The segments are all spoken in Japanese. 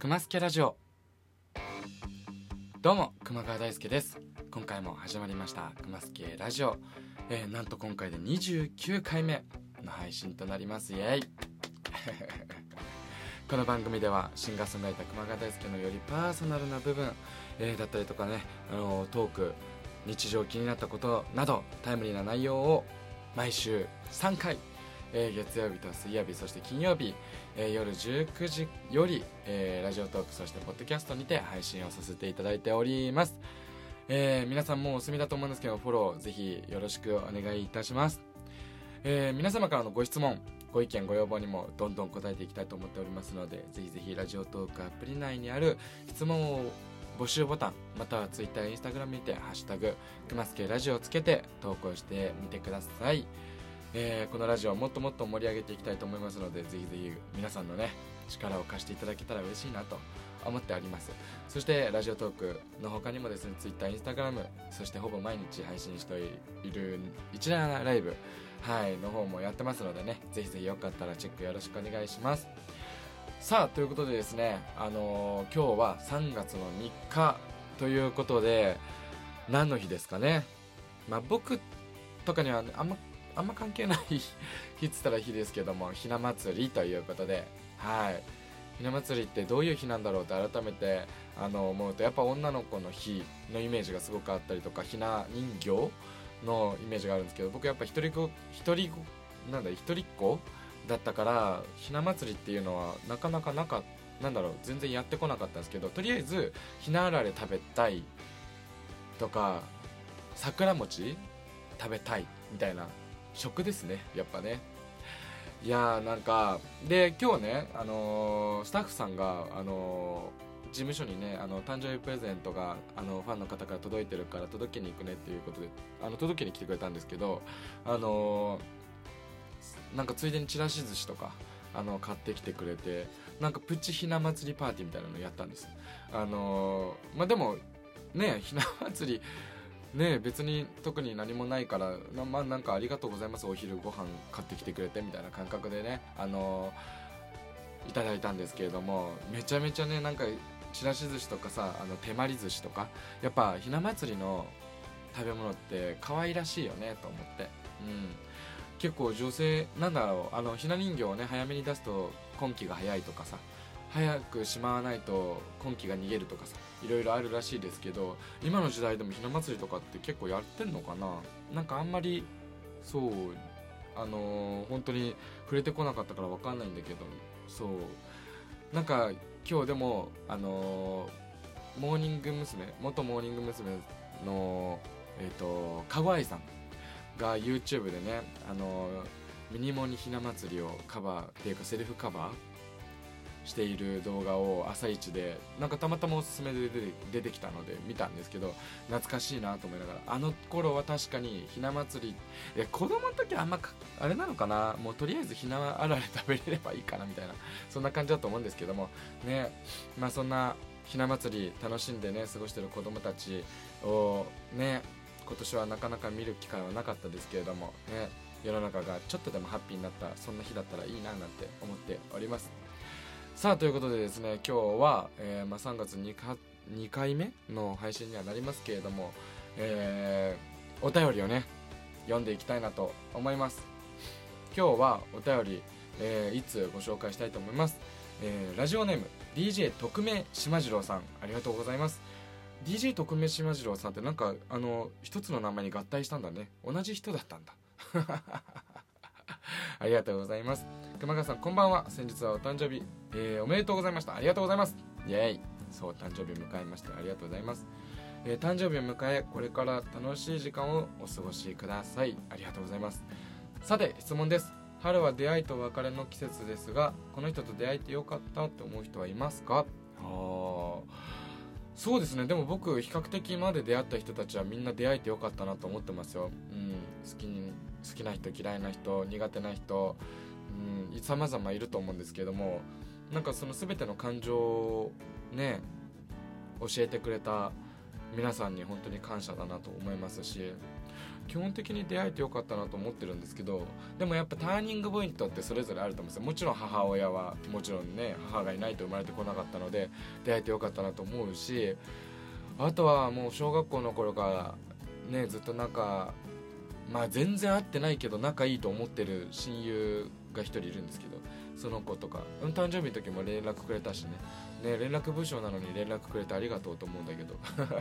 くますけラジオ。どうも熊川大輔です。今回も始まりましたくますけラジオ、なんと今回で29回目の配信となります。イエイこの番組ではシンガーソングライター熊川大輔のよりパーソナルな部分、だったりとかね、トーク、日常気になったことなどタイムリーな内容を毎週3回、月曜日と水曜日、そして金曜日、夜19時より、ラジオトーク、そしてポッドキャストにて配信をさせていただいております。皆さんもうお済みだと思うんですけど、フォローぜひよろしくお願いいたします。皆様からのご質問、ご意見、ご要望にもどんどん答えていきたいと思っておりますので、ぜひぜひラジオトークアプリ内にある質問を募集ボタン、またはツイッター、インスタグラムにてハッシュタグくますけラジオをつけて投稿してみてください。このラジオをもっともっと盛り上げていきたいと思いますので、ぜひぜひ皆さんのね力を貸していただけたら嬉しいなと思っております。そしてラジオトークの他にもですね、ツイッター、インスタグラム、そしてほぼ毎日配信している一覧ライブ、の方もやってますのでね、ぜひぜひよかったらチェックよろしくお願いします。さあ、ということでですね、今日は3月の3日ということで、何の日ですかね。僕とかにはあんま関係ない日って言ったら日ですけども、ひな祭りということで、ひな祭りってどういう日なんだろうと改めて思うと、やっぱ女の子の日のイメージがすごくあったりとか、ひな人形のイメージがあるんですけど、僕やっぱ一人っ子だったから、ひな祭りっていうのはなかなか全然やってこなかったんですけど、とりあえずひなあられ食べたいとか桜餅食べたいみたいな食ですね、やっぱね。いやー、なんかで今日ね、スタッフさんが事務所にね、誕生日プレゼントがファンの方から届いてるから届けに行くねっていうことで届けに来てくれたんですけど、なんかついでにちらし寿司とか買ってきてくれて、なんかプチひな祭りパーティーみたいなのをやったんです。でもね、ひな祭りね、別に特に何もないから、なんかありがとうございます、お昼ご飯買ってきてくれてみたいな感覚でね、いただいたんですけれども、めちゃめちゃね、なんかちらし寿司とかさ、手まり寿司とか、やっぱひな祭りの食べ物って可愛らしいよねと思って、結構女性なんだろう、ひな人形をね早めに出すと婚期が早いとかさ、早くしまわないと婚期が逃げるとかさ、いろいろあるらしいですけど、今の時代でもひな祭りとかって結構やってんのかな。なんかあんまりそう本当に触れてこなかったから分かんないんだけど、そうなんか今日でもモーニング娘。元モーニング娘。のかごあいさんが YouTube でね、ミニモニひな祭りをカバーっていうかセルフカバーしている動画を朝一でなんかたまたまおすすめで出てきたので見たんですけど、懐かしいなと思いながら、あの頃は確かにひな祭り、子供の時あんまあれなのかな、もうとりあえずひなあられ食べれればいいかなみたいな、そんな感じだと思うんですけどもね。そんなひな祭り楽しんでね過ごしてる子供たちをね、今年はなかなか見る機会はなかったですけれどもね、世の中がちょっとでもハッピーになったそんな日だったらいいななんて思っております。さあ、ということでですね、今日は、3月2回目の配信にはなりますけれども、お便りをね読んでいきたいなと思います。今日はお便り、いつご紹介したいと思います。ラジオネーム DJ 特命しまじろうさん、ありがとうございます。 DJ 特命しまじろうさんってなんか一つの名前に合体したんだね。同じ人だったんだありがとうございます。熊川さん、こんばんは。先日はお誕生日、おめでとうございました。ありがとうございます。イエーイ。そう、誕生日を迎えましてありがとうございます。誕生日を迎え、これから楽しい時間をお過ごしください。ありがとうございます。さて、質問です。春は出会いと別れの季節ですが、この人と出会えてよかったと思う人はいますか？そうですね。でも僕比較的今まで出会った人たちはみんな出会えてよかったなと思ってますよ。好きな人、嫌いな人、苦手な人、様々いると思うんですけども、なんかその全ての感情をね教えてくれた皆さんに本当に感謝だなと思いますし、 基本的に出会えてよかったなと思ってるんですけど、でもやっぱターニングポイントってそれぞれあると思うんですよ。もちろん母親はもちろんね、母がいないと生まれてこなかったので出会えてよかったなと思うし、あとはもう小学校の頃からねずっと全然会ってないけど仲いいと思ってる親友が一人いるんですけど、その子とか誕生日の時も連絡くれたしね、連絡部署なのに連絡くれてありがとうと思うんだけど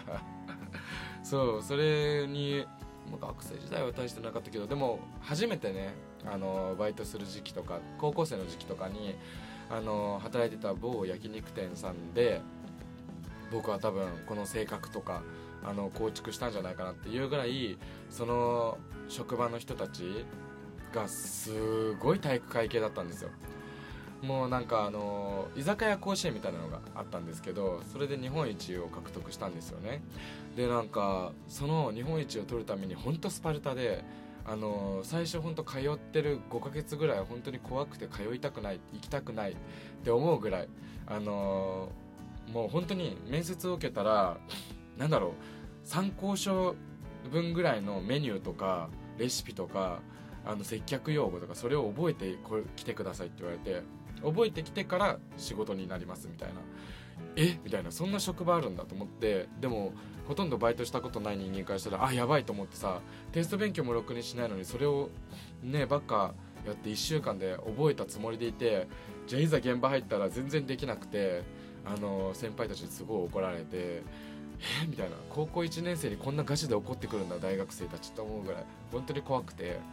それに学生時代は大してなかったけど、でも初めてねバイトする時期とか高校生の時期とかに働いてた某焼肉店さんで、僕は多分この性格とか構築したんじゃないかなっていうぐらい、その職場の人たちがすごい体育会系だったんですよ。もう居酒屋甲子園みたいなのがあったんですけど、それで日本一を獲得したんですよね。でその日本一を取るために本当スパルタで、最初本当通ってる5ヶ月ぐらいは本当に怖くて通いたくない、行きたくないって思うぐらい、もう本当に面接を受けたら参考書分ぐらいのメニューとかレシピとか接客用語とか、それを覚えて来てくださいって言われて、覚えてきてから仕事になりますみたいな、みたいな、そんな職場あるんだと思って、でもほとんどバイトしたことない人間からしたらやばいと思ってさ、テスト勉強もろくにしないのにそれをねばっかやって1週間で覚えたつもりでいて、じゃあいざ現場入ったら全然できなくて、先輩たちにすごい怒られて、みたいな、高校1年生にこんなガチで怒ってくるんだ大学生たちと思うぐらい本当に怖くて、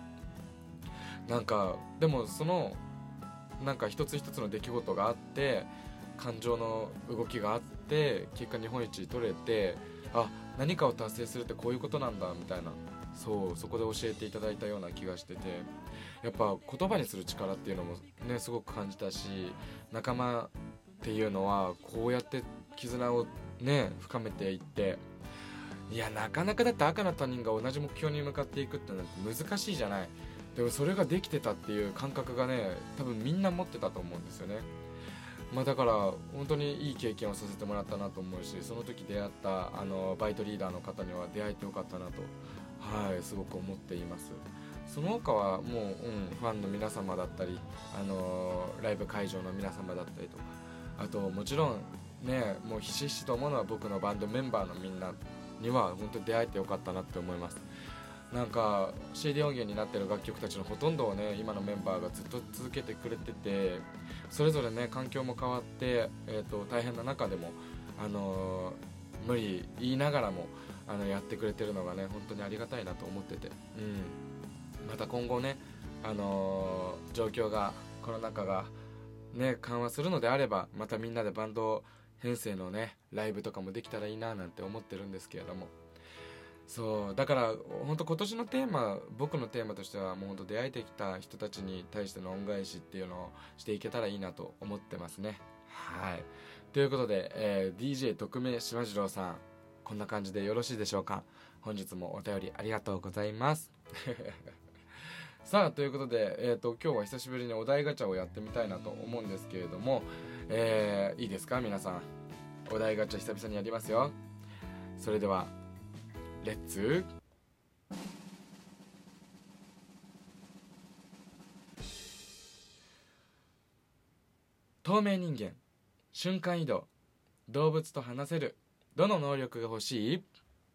でもその一つ一つの出来事があって、感情の動きがあって、結果日本一取れて、何かを達成するってこういうことなんだみたいな、そこで教えていただいたような気がしてて、やっぱ言葉にする力っていうのもねすごく感じたし、仲間っていうのはこうやって絆をね深めていって、なかなかだって赤の他人が同じ目標に向かっていくってなんて難しいじゃない。でもそれができてたっていう感覚がね多分みんな持ってたと思うんですよね。だから本当にいい経験をさせてもらったなと思うし、その時出会ったバイトリーダーの方には出会えてよかったなとすごく思っています。その他はもう、ファンの皆様だったりライブ会場の皆様だったりとか、あともちろんねもうひしひしと思うのは僕のバンドメンバーのみんなには本当に出会えてよかったなって思います。CD 音源になってる楽曲たちのほとんどをね今のメンバーがずっと続けてくれてて、それぞれね環境も変わって、大変な中でも、無理言いながらもやってくれてるのがね本当にありがたいなと思ってて、また今後ね、状況がコロナ禍がね緩和するのであれば、またみんなでバンド編成のねライブとかもできたらいいななんて思ってるんですけれども、だから本当今年のテーマ、僕のテーマとしてはもう本当出会えてきた人たちに対しての恩返しっていうのをしていけたらいいなと思ってますね。ということで、DJ 特命島次郎さん、こんな感じでよろしいでしょうか。本日もお便りありがとうございますさあということで、今日は久しぶりにお題ガチャをやってみたいなと思うんですけれども、いいですか皆さん、お題ガチャ久々にやりますよ。それではレッツ透明人間、瞬間移動、動物と話せる、どの能力が欲しい？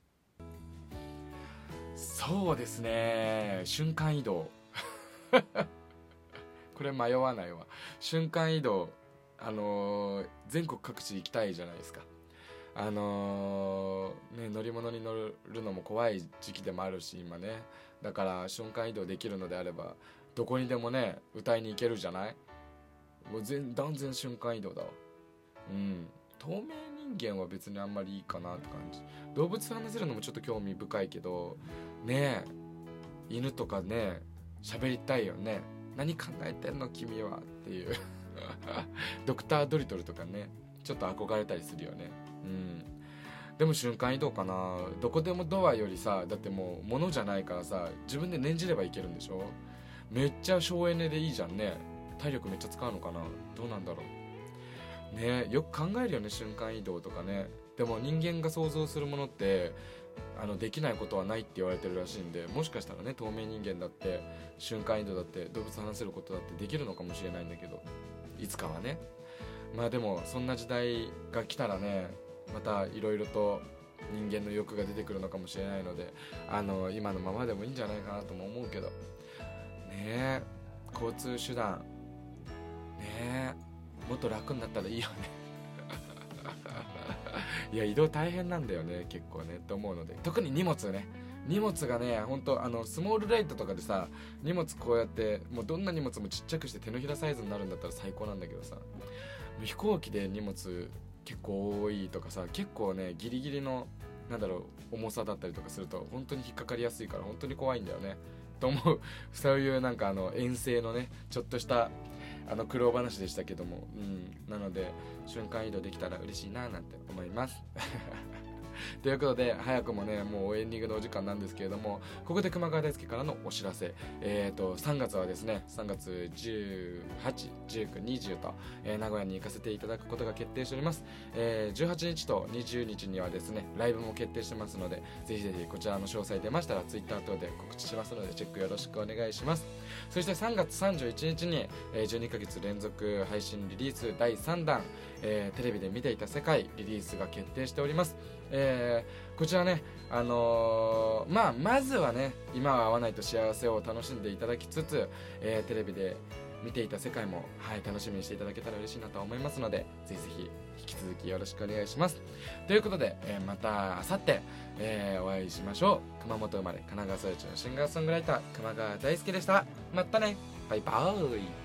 そうですね、瞬間移動これ迷わないわ。瞬間移動、全国各地行きたいじゃないですか。乗り物に乗るのも怖い時期でもあるし今ね、だから瞬間移動できるのであればどこにでもね歌いに行けるじゃない。もう断然瞬間移動だわ。透明人間は別にあんまりいいかなって感じ。動物と話せるのもちょっと興味深いけどね、犬とかね喋りたいよね。何考えてんの君はっていうドクタードリトルとかねちょっと憧れたりするよね。でも瞬間移動かな。どこでもドアよりさ、だってもう物じゃないからさ、自分で念じればいけるんでしょ。めっちゃ省エネでいいじゃんね。体力めっちゃ使うのかな、どうなんだろうね。よく考えるよね瞬間移動とかね。でも人間が想像するものってできないことはないって言われてるらしいんで、もしかしたらね透明人間だって瞬間移動だって動物話せることだってできるのかもしれないんだけど、いつかはね。まあでもそんな時代が来たらね、またいろいろと人間の欲が出てくるのかもしれないので、今のままでもいいんじゃないかなとも思うけどね。え交通手段ねもっと楽になったらいいよねいや移動大変なんだよね結構ねと思うので、特に荷物がね本当スモールライトとかでさ、荷物こうやってもうどんな荷物もちっちゃくして手のひらサイズになるんだったら最高なんだけどさ、飛行機で荷物結構多いとかさ、結構ねギリギリの重さだったりとかすると本当に引っかかりやすいから本当に怖いんだよねと思うそういう遠征のねちょっとした苦労話でしたけども、なので瞬間移動できたら嬉しいななんて思いますということで早くもねもうエンディングのお時間なんですけれども、ここで熊川大輔からのお知らせ。3月はですね3月18、19、20と、名古屋に行かせていただくことが決定しております。18日と20日にはですねライブも決定してますので、ぜひぜひこちらの詳細出ましたら Twitter 等で告知しますのでチェックよろしくお願いします。そして3月31日に、12ヶ月連続配信リリース第3弾、テレビで見ていた世界リリースが決定しております。こちらね、まずはね今は会わないと幸せを楽しんでいただきつつ、テレビで見ていた世界も、楽しみにしていただけたら嬉しいなと思いますので、ぜひぜひ引き続きよろしくお願いします。ということで、また明後日、お会いしましょう。熊本生まれ神奈川育ちのシンガーソングライター熊川大輔でした。またね、バイバーイ。